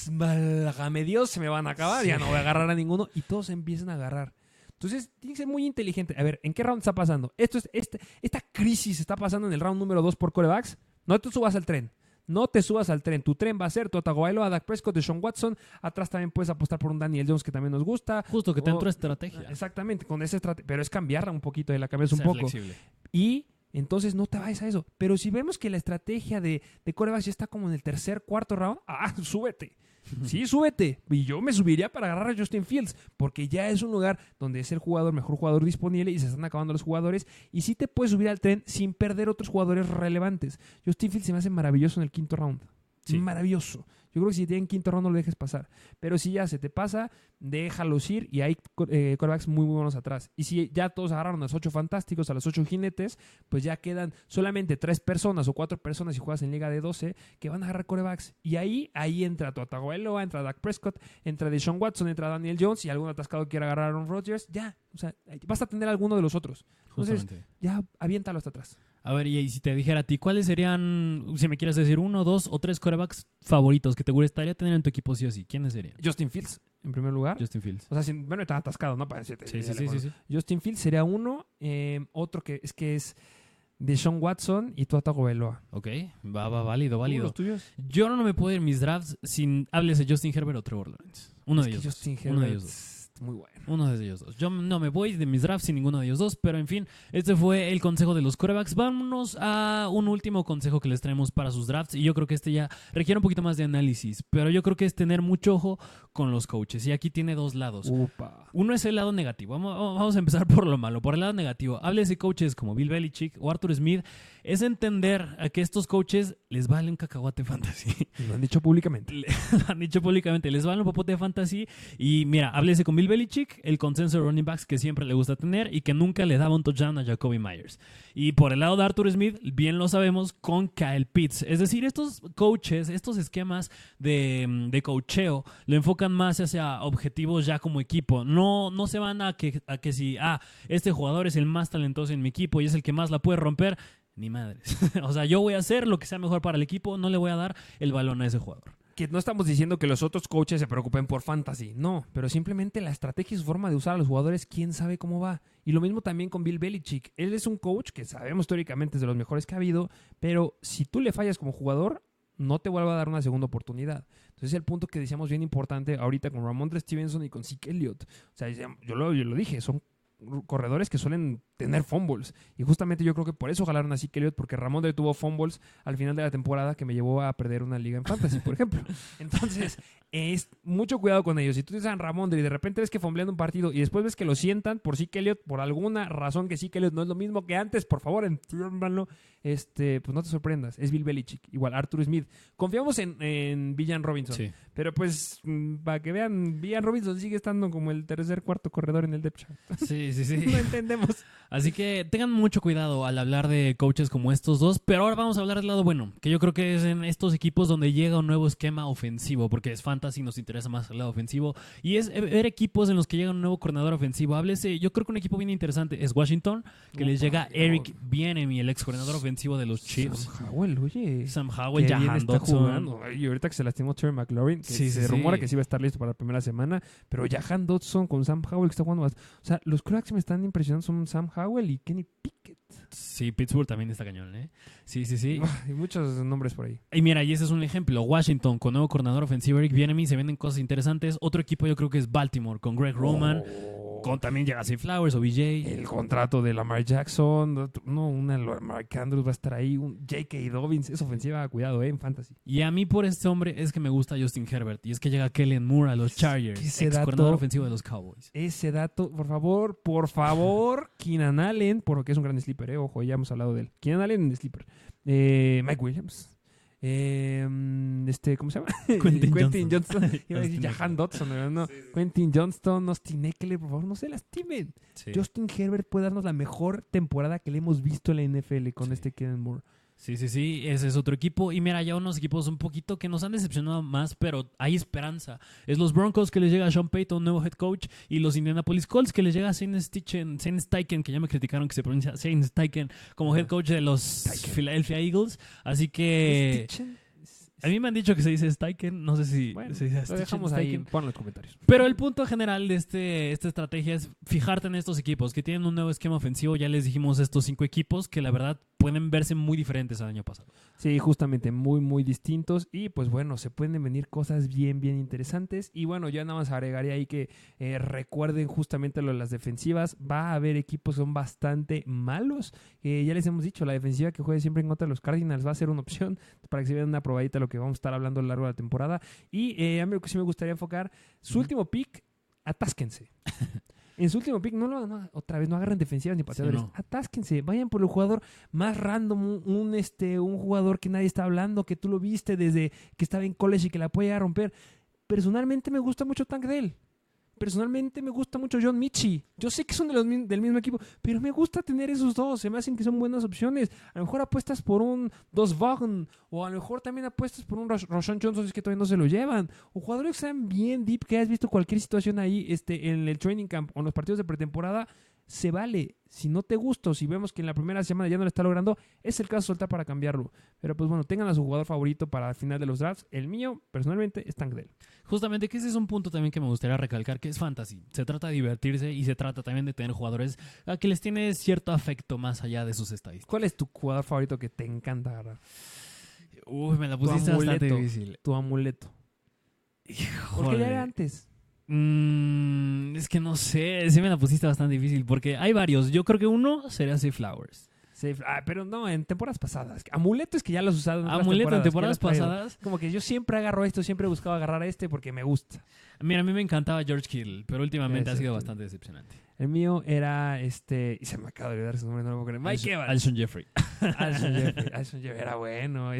válgame Dios, se me van a acabar, ya no voy a agarrar a ninguno. Y todos empiezan a agarrar. Entonces, tiene que ser muy inteligente. A ver, ¿en qué round está pasando? Esta crisis está pasando en el round número 2 por quarterbacks. No te subas al tren. No te subas al tren. Tu tren va a ser Tua Tagovailoa, Dak Prescott, Deshaun Watson. Atrás también puedes apostar por un Daniel Jones que también nos gusta. Justo, que te entró estrategia. Exactamente, con esa estrategia. Pero es cambiarla un poquito, la cambias un Ser poco. flexible. Y entonces no te vayas a eso. Pero si vemos que la estrategia de quarterbacks ya está como en el tercer, cuarto round, súbete. Sí, súbete. Y yo me subiría para agarrar a Justin Fields, porque ya es un lugar donde es el mejor jugador disponible y se están acabando los jugadores. Y sí te puedes subir al tren sin perder otros jugadores relevantes. Justin Fields se me hace maravilloso en el quinto round. Sí. Maravilloso. Yo creo que si tienen quinto round no lo dejes pasar. Pero si ya se te pasa, déjalos ir y hay quarterbacks muy buenos atrás. Y si ya todos agarraron a los 8 fantásticos, a los 8 jinetes, pues ya quedan solamente 3 personas o 4 personas si juegas en liga de 12 que van a agarrar quarterbacks. Y ahí entra Tua Tagovailoa, entra Dak Prescott, entra Deshaun Watson, entra Daniel Jones y algún atascado quiere agarrar a Aaron Rodgers. Ya, o sea, vas a tener alguno de los otros. Entonces, ya aviéntalo hasta atrás. A ver, y si te dijera a ti, ¿cuáles serían, si me quieres decir, 1, 2 o 3 quarterbacks favoritos que te gustaría tener en tu equipo sí o sí? ¿Quiénes serían? Justin Fields, en primer lugar. Justin Fields. O sea, bueno, está atascado, ¿no? Para decirte. Sí. Justin Fields sería uno. Otro que es Deshaun Watson y Tua Tagovailoa. Ok, va, válido. ¿Los tuyos? Yo no me puedo ir en mis drafts sin hables de Justin Herbert o Trevor Lawrence. Uno de ellos. Justin Herbert. Muy bueno. Uno de ellos dos. Yo no me voy de mis drafts sin ninguno de ellos dos, pero en fin, este fue el consejo de los quarterbacks. Vámonos a un último consejo que les traemos para sus drafts, y yo creo que este ya requiere un poquito más de análisis, pero yo creo que es tener mucho ojo con los coaches, y aquí tiene dos lados. Upa. Uno es el lado negativo. Vamos a empezar por lo malo. Por el lado negativo, háblese de coaches como Bill Belichick o Arthur Smith. Es entender a que estos coaches les vale un cacahuate fantasy. Lo han dicho públicamente. Les vale un popote de fantasy. Y mira, háblese con Bill Belichick, el consenso de running backs que siempre le gusta tener y que nunca le daba un touchdown a Jacoby Myers. Y por el lado de Arthur Smith, bien lo sabemos, con Kyle Pitts. Es decir, estos coaches, estos esquemas de coacheo, lo enfocan más hacia objetivos ya como equipo. No se van a que si este jugador es el más talentoso en mi equipo y es el que más la puede romper. Ni madres. O sea, yo voy a hacer lo que sea mejor para el equipo, no le voy a dar el balón a ese jugador. Que no estamos diciendo que los otros coaches se preocupen por fantasy, no, pero simplemente la estrategia y su forma de usar a los jugadores, quién sabe cómo va. Y lo mismo también con Bill Belichick. Él es un coach que sabemos teóricamente es de los mejores que ha habido, pero si tú le fallas como jugador, no te vuelva a dar una segunda oportunidad. Entonces, el punto que decíamos bien importante ahorita con Ramondre Stevenson y con Zeke Elliott. O sea, yo lo dije, son corredores que suelen tener fumbles. Y justamente yo creo que por eso jalaron a Zeke Elliott, porque Ramondre tuvo fumbles al final de la temporada que me llevó a perder una liga en fantasy, por ejemplo. Entonces, es mucho cuidado con ellos. Si tú tienes a Ramondre y de repente ves que fumblean un partido y después ves que lo sientan por Zeke Elliott, por alguna razón que Zeke Elliott no es lo mismo que antes, por favor, entiéndanlo. Pues no te sorprendas. Es Bill Belichick. Igual Arthur Smith. Confiamos en Villan Robinson. Sí. Pero pues, para que vean, Villan Robinson sigue estando como el tercer, cuarto corredor en el depth chart. Sí. No entendemos. Así que tengan mucho cuidado al hablar de coaches como estos dos. Pero ahora vamos a hablar del lado bueno, que yo creo que es en estos equipos donde llega un nuevo esquema ofensivo, porque es fantasy, nos interesa más el lado ofensivo. Y es ver equipos en los que llega un nuevo coordinador ofensivo. Háblese, yo creo que un equipo bien interesante es Washington, que les llega Eric Bieniemy, el ex coordinador ofensivo de los Chiefs. Sam Howell, Jahan Dotson. Y ahorita que se lastimó Terry McLaurin, que se rumora que sí iba a estar listo para la primera semana, pero Jahan Dotson con Sam Howell que está jugando más. O sea, los cracks que me están impresionando son Sam Howell y Kenny Pickett. Sí, Pittsburgh también está cañón, ¿eh? Sí. Hay muchos nombres por ahí. Y mira, y ese es un ejemplo. Washington con nuevo coordinador ofensivo Eric Bieniemy, se venden cosas interesantes. Otro equipo yo creo que es Baltimore con Greg Roman. También llega Zay Flowers, OBJ. El contrato de Lamar Jackson. Mark Andrews va a estar ahí. Un J.K. Dobbins. Es ofensiva, cuidado, en fantasy. Y a mí por este hombre es que me gusta Justin Herbert. Y es que llega Kellen Moore a los Chargers. Ese dato, coordinador ofensivo de los Cowboys. Ese dato, por favor. Keenan Allen, porque es un gran sleeper, ojo, ya hemos hablado de él. Keenan Allen, sleeper. Mike Williams. ¿Cómo se llama? Quentin Johnston. Iba a decir Jahan Dotson, ¿no? Sí. Quentin Johnston, Austin Eckler, por favor, no se lastimen. Sí. Justin Herbert puede darnos la mejor temporada que le hemos visto en la NFL con este Kellen Moore. Sí, ese es otro equipo. Y mira, ya unos equipos un poquito que nos han decepcionado más, pero hay esperanza. Es los Broncos que les llega a Sean Payton, nuevo head coach, y los Indianapolis Colts que les llega a Shane Steichen, que ya me criticaron que se pronuncia Shane Steichen, como head coach de los Philadelphia Eagles. Así que... A mí me han dicho que se dice Steichen, no sé si se dice lo dejamos ahí, pon en los comentarios. Pero el punto general de esta estrategia es fijarte en estos equipos que tienen un nuevo esquema ofensivo. Ya les dijimos estos 5 equipos que la verdad pueden verse muy diferentes al año pasado. Sí, justamente muy, muy distintos. Y pues bueno, se pueden venir cosas bien, bien interesantes. Y bueno, yo nada más agregaría ahí que recuerden justamente lo de las defensivas. Va a haber equipos que son bastante malos. Ya les hemos dicho, la defensiva que juegue siempre en contra de los Cardinals va a ser una opción para que se vean una probadita de lo que vamos a estar hablando a lo largo de la temporada. Y a mí lo que sí me gustaría enfocar, su último pick, atásquense. En su último pick, otra vez, no agarren defensivas ni pateadores. Sí, no. Atásquense, vayan por el jugador más random, un jugador que nadie está hablando, que tú lo viste desde que estaba en college y que la puede romper. Personalmente me gusta mucho Tank Dell. Personalmente me gusta mucho John Michie. Yo sé que son del mismo equipo, pero me gusta tener esos dos. Se me hacen que son buenas opciones. A lo mejor apuestas por un Dos Vaughn, o a lo mejor también apuestas por un Roschon Johnson, si es que todavía no se lo llevan. O jugadores que sean bien deep, que hayas visto cualquier situación ahí en el training camp o en los partidos de pretemporada. Se vale. Si no te gusta o si vemos que en la primera semana ya no lo está logrando, es el caso de soltar para cambiarlo. Pero pues bueno, tengan a su jugador favorito para el final de los drafts. El mío, personalmente, es Tank Dell. Justamente que ese es un punto también que me gustaría recalcar, que es fantasy. Se trata de divertirse y se trata también de tener jugadores a que les tiene cierto afecto más allá de sus estadísticas. ¿Cuál es tu jugador favorito que te encanta agarrar? Uy, me la pusiste bastante difícil. Tu amuleto. Híjole. Porque ya era antes. Es que no sé, sí me la pusiste bastante difícil porque hay varios. Yo creo que uno sería Zay Flowers. Pero no, en temporadas pasadas. Amuleto es que ya lo has usado en temporadas pasadas. Como que yo siempre agarro esto, siempre he buscado agarrar porque me gusta. Mira, a mí me encantaba George Kittle, pero últimamente ha sido bastante decepcionante. El mío era y se me acaba de olvidar su nombre, no lo puedo creer. Mike Evans. Alshon Jeffrey. Alshon Jeffrey era bueno.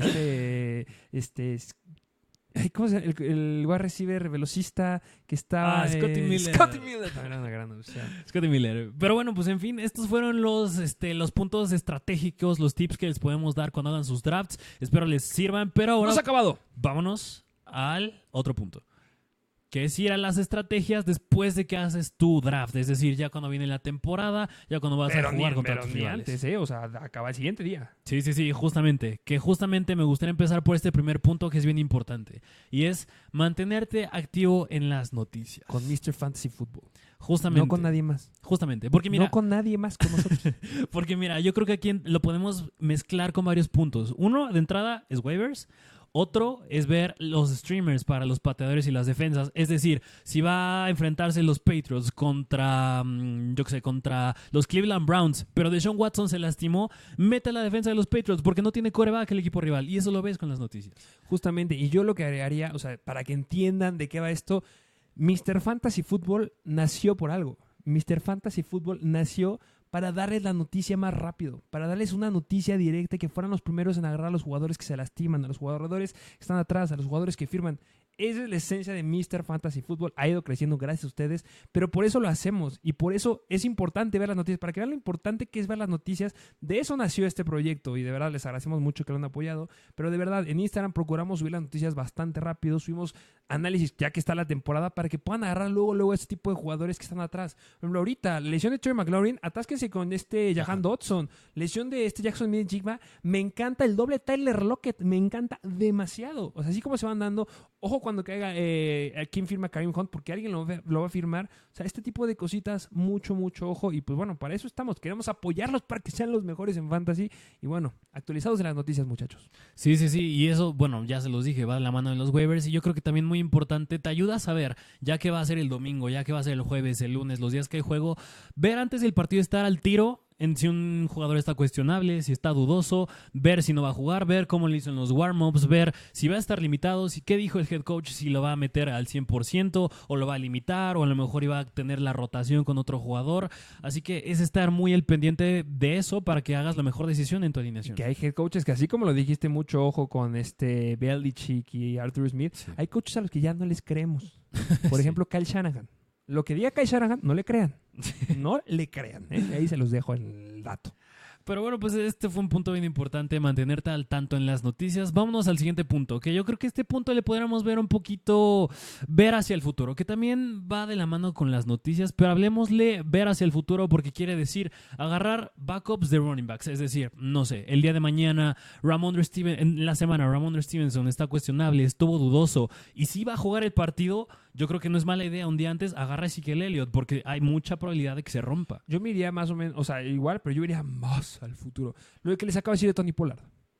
¿Cómo se llama? El wide receiver velocista que estaba... Scotty Miller. También era una gran opción. Scotty Miller. Pero bueno, pues en fin, estos fueron los puntos estratégicos, los tips que les podemos dar cuando hagan sus drafts. Espero les sirvan, pero ahora... ¡No se ha acabado! Vámonos al otro punto. Que es ir a las estrategias después de que haces tu draft. Es decir, ya cuando viene la temporada, ya cuando vas a jugar contra tus rivales. Antes, o sea, acaba el siguiente día. Sí, justamente. Que justamente me gustaría empezar por este primer punto que es bien importante. Y es mantenerte activo en las noticias. Con Mr. Fantasy Football. Justamente. No con nadie más. Justamente. Porque mira, no con nadie más con nosotros. Porque mira, yo creo que aquí lo podemos mezclar con varios puntos. Uno, de entrada, es waivers. Otro es ver los streamers para los pateadores y las defensas. Es decir, si va a enfrentarse los Patriots contra los Cleveland Browns, pero Deshaun Watson se lastimó, mete la defensa de los Patriots porque no tiene quarterback el equipo rival. Y eso lo ves con las noticias. Justamente. Y yo lo que agregaría, o sea, para que entiendan de qué va esto, Mr. Fantasy Football nació por algo. Mr. Fantasy Football nació para darles la noticia más rápido, para darles una noticia directa, que fueran los primeros en agarrar a los jugadores que se lastiman, a los jugadores que están atrás, a los jugadores que firman. Esa es la esencia de Mr. Fantasy Football. Ha ido creciendo gracias a ustedes, pero por eso lo hacemos y por eso es importante ver las noticias, para que vean lo importante que es ver las noticias. De eso nació este proyecto y de verdad les agradecemos mucho que lo han apoyado, pero de verdad en Instagram procuramos subir las noticias bastante rápido, subimos análisis ya que está la temporada para que puedan agarrar luego este tipo de jugadores que están atrás. Por ejemplo, ahorita, lesión de Terry McLaurin, atásquense con Jahan Dotson, lesión de Jackson Smith-Njigba, me encanta el doble Tyler Lockett, me encanta demasiado. O sea, así como se van dando, ojo cuando caiga quién firma Kareem Hunt, porque alguien lo va a firmar. O sea, este tipo de cositas, mucho ojo. Y pues bueno, para eso estamos. Queremos apoyarlos para que sean los mejores en fantasy. Y bueno, actualizados en las noticias, muchachos. Sí. Y eso, bueno, ya se los dije, va de la mano de los waivers. Y yo creo que también muy importante, te ayuda a saber, ya que va a ser el domingo, ya que va a ser el jueves, el lunes, los días que hay juego, ver antes del partido, estar al tiro en si un jugador está cuestionable, si está dudoso, ver si no va a jugar, ver cómo le hizo en los warm-ups, ver si va a estar limitado, si qué dijo el head coach, si lo va a meter al 100% o lo va a limitar o a lo mejor iba a tener la rotación con otro jugador. Así que es estar muy al pendiente de eso para que hagas la mejor decisión en tu alineación. Que hay head coaches que así como lo dijiste, mucho ojo con Belichick y Arthur Smith, Sí. hay coaches a los que ya no les creemos. Por ejemplo, Kyle Shanahan. Lo que diga Kyle Shanahan, no le crean. No le crean. Ahí se los dejo en el dato. Pero bueno, pues este fue un punto bien importante, mantenerte al tanto en las noticias. Vámonos al siguiente punto, que yo creo que este punto le podríamos ver un poquito, ver hacia el futuro, que también va de la mano con las noticias, pero hablemosle ver hacia el futuro porque quiere decir agarrar backups de running backs. Es decir, no sé, el día de mañana en la semana Ramondre Stevenson está cuestionable, estuvo dudoso, y si va a jugar el partido, yo creo que no es mala idea un día antes agarrar a Ezekiel Elliott porque hay mucha probabilidad de que se rompa. Yo me iría más o menos, o sea, igual, pero yo iría más al futuro. Lo que les acabo de decir de Tony Pollard.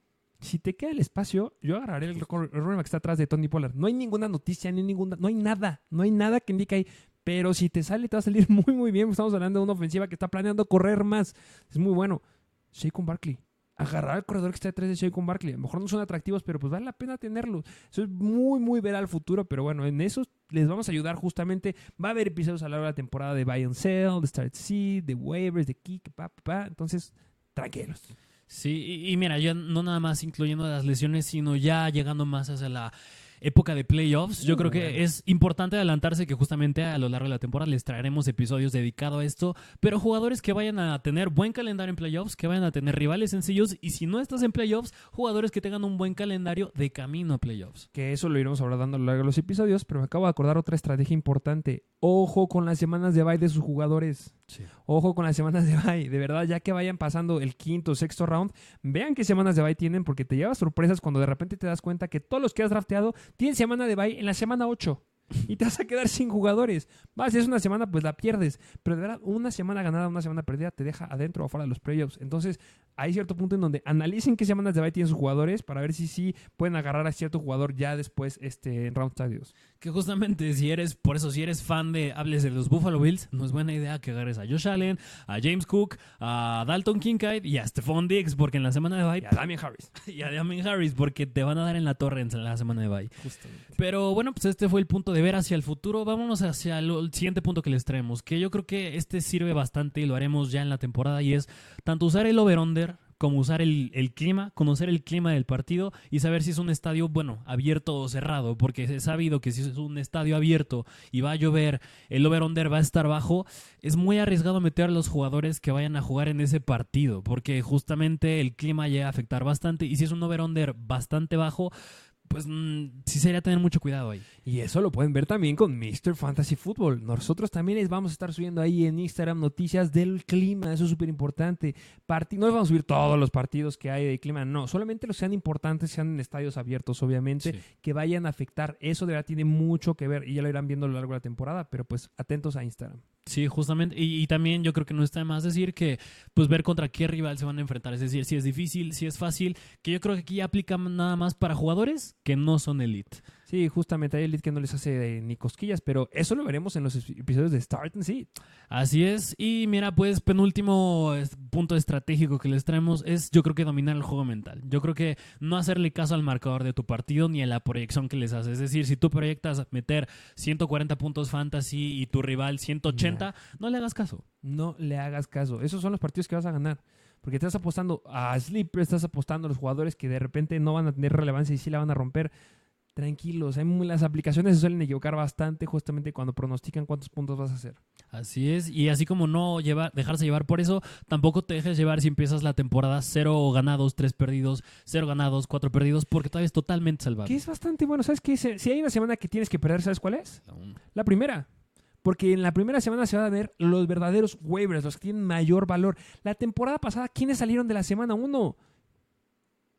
Si te queda el espacio, yo agarraré el running back que está atrás de Tony Pollard. No hay ninguna noticia, no hay nada que indique ahí. Pero si te sale, te va a salir muy bien. Estamos hablando de una ofensiva que está planeando correr más. Es muy bueno. Saquon Barkley. Agarrar al corredor que está detrás de Saquon Barkley. A lo mejor no son atractivos, pero pues vale la pena tenerlos. Eso es muy ver al futuro, pero bueno, en eso les vamos a ayudar justamente. Va a haber episodios a lo largo de la temporada de Buy and Sell, de Start Seed, de waivers, de kick, entonces, tranquilos. Sí, y mira, ya no nada más incluyendo las lesiones, sino ya llegando más hacia la época de playoffs. Yo creo que es importante adelantarse que justamente a lo largo de la temporada les traeremos episodios dedicados a esto, pero jugadores que vayan a tener buen calendario en playoffs, que vayan a tener rivales sencillos, y si no estás en playoffs, jugadores que tengan un buen calendario de camino a playoffs. Que eso lo iremos abordando a lo largo de los episodios, pero me acabo de acordar otra estrategia importante. Ojo con las semanas de bye de sus jugadores. Sí. Ojo con las semanas de bye. De verdad, ya que vayan pasando el quinto o sexto round, vean qué semanas de bye tienen, porque te llevas sorpresas cuando de repente te das cuenta que todos los que has drafteado tienen semana de bye en la semana 8. Y te vas a quedar sin jugadores. Si es una semana, pues la pierdes. Pero de verdad, una semana ganada, una semana perdida te deja adentro o fuera de los playoffs. Entonces, hay cierto punto en donde analicen qué semanas de bye tienen sus jugadores para ver si sí pueden agarrar a cierto jugador ya después en round stadios. Que justamente si eres fan hables de los Buffalo Bills, no es buena idea que agarres a Josh Allen, a James Cook, a Dalton Kincaid y a Stephon Diggs, porque en la semana de bye... Y a Damien Harris. Y a Damien Harris, porque te van a dar en la torre en la semana de bye. Justamente. Pero bueno, pues este fue el punto de ver hacia el futuro. Vámonos hacia el siguiente punto que les traemos, que yo creo que este sirve bastante y lo haremos ya en la temporada, y es tanto usar el over-under como usar el clima, conocer el clima del partido y saber si es un estadio, bueno, abierto o cerrado, porque es sabido que si es un estadio abierto y va a llover, el over-under va a estar bajo. Es muy arriesgado meter a los jugadores que vayan a jugar en ese partido, porque justamente el clima llega a afectar bastante, y si es un over-under bastante bajo, pues sí sería tener mucho cuidado ahí. Y eso lo pueden ver también con Mr. Fantasy Football. Nosotros también les vamos a estar subiendo ahí en Instagram noticias del clima. Eso es súper importante. No les vamos a subir todos los partidos que hay de clima. No, solamente los sean importantes, sean en estadios abiertos, obviamente, Sí. que vayan a afectar. Eso de verdad tiene mucho que ver y ya lo irán viendo a lo largo de la temporada. Pero pues atentos a Instagram. Sí, justamente. Y también yo creo que no está de más decir que pues ver contra qué rival se van a enfrentar. Es decir, si es difícil, si es fácil, que yo creo que aquí ya aplica nada más para jugadores que no son elite. Sí, justamente hay elite que no les hace ni cosquillas, pero eso lo veremos en los episodios de Start and Seed. Así es. Y mira, pues penúltimo punto estratégico que les traemos es, yo creo que dominar el juego mental. Yo creo que no hacerle caso al marcador de tu partido ni a la proyección que les haces. Es decir, si tú proyectas meter 140 puntos fantasy y tu rival 180, no le hagas caso. No le hagas caso. Esos son los partidos que vas a ganar. Porque estás apostando a Sleeper, estás apostando a los jugadores que de repente no van a tener relevancia y sí la van a romper. Tranquilos, las aplicaciones se suelen equivocar bastante justamente cuando pronostican cuántos puntos vas a hacer. Así es, y así como no dejarse llevar por eso, tampoco te dejes llevar si empiezas la temporada 0 ganados, 3 perdidos, 0 ganados, 4 perdidos, porque todavía es totalmente salvable. Que es bastante bueno. ¿Sabes qué? Si hay una semana que tienes que perder, ¿sabes cuál es? La primera. Porque en la primera semana se van a ver los verdaderos waivers, los que tienen mayor valor. La temporada pasada, ¿quiénes salieron de la semana 1?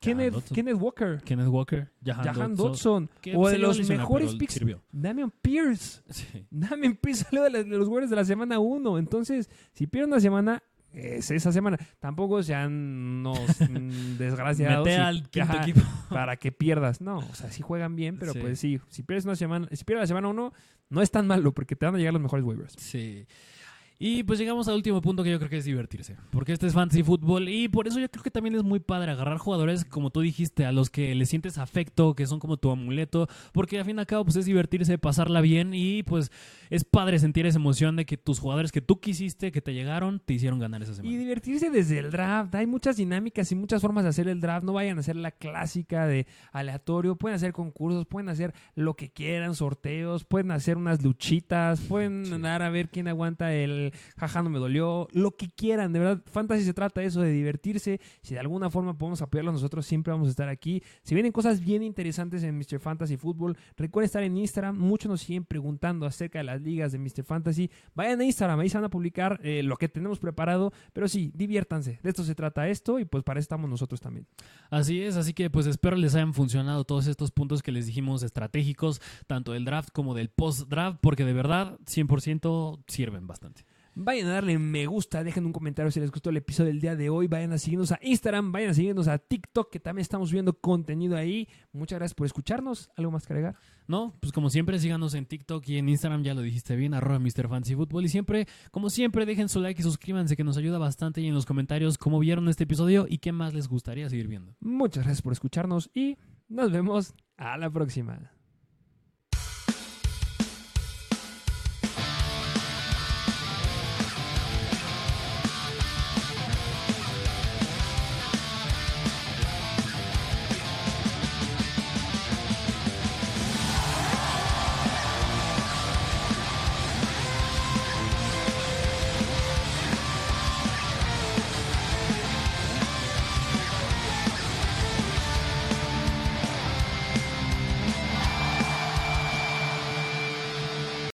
Kenneth Walker. Kenneth Walker, Jahan Dotson. que O se de llegó a los lesionar, mejores pero picks. sirvió. Damian Pierce. Sí. Damian Pierce salió de los Warriors de la semana 1. Entonces, si pierden una semana, es esa semana. Tampoco sean unos desgraciados. Mete al quinto equipo. Para que pierdas. No, o sea, sí juegan bien, pero Sí. pues sí. Si pierdes una semana, si pierdes la semana 1, no es tan malo porque te van a llegar los mejores waivers. Sí. Y pues llegamos al último punto que yo creo que es divertirse. Porque este es fantasy fútbol y por eso yo creo que también es muy padre agarrar jugadores, como tú dijiste, a los que le sientes afecto, que son como tu amuleto. Porque al fin y al cabo pues es divertirse, pasarla bien y pues es padre sentir esa emoción de que tus jugadores que tú quisiste, que te llegaron, te hicieron ganar esa semana. Y divertirse desde el draft. Hay muchas dinámicas y muchas formas de hacer el draft. No vayan a hacer la clásica de aleatorio. Pueden hacer concursos, pueden hacer lo que quieran, sorteos, pueden hacer unas luchitas, pueden andar a ver quién aguanta el jaja no me dolió, lo que quieran. De verdad, Fantasy se trata de eso, de divertirse. Si de alguna forma podemos apoyarlos nosotros, siempre vamos a estar aquí. Si vienen cosas bien interesantes en Mr. Fantasy Football, recuerden estar en Instagram. Muchos nos siguen preguntando acerca de las ligas de Mr. Fantasy. Vayan a Instagram, ahí se van a publicar lo que tenemos preparado. Pero sí, diviértanse. De esto se trata esto y pues para eso estamos nosotros también. Así es, así que pues espero les hayan funcionado todos estos puntos que les dijimos estratégicos, tanto del draft como del post-draft, porque de verdad 100% sirven bastante. Vayan a darle me gusta, dejen un comentario si les gustó el episodio del día de hoy. Vayan a seguirnos a Instagram, vayan a seguirnos a TikTok, que también estamos subiendo contenido ahí. Muchas gracias por escucharnos. ¿Algo más que agregar? No, pues como siempre síganos en TikTok y en Instagram, ya lo dijiste bien, @MrFantasyFootball. Y siempre, como siempre, dejen su like y suscríbanse, que nos ayuda bastante. Y en los comentarios cómo vieron este episodio y qué más les gustaría seguir viendo. Muchas gracias por escucharnos y nos vemos a la próxima.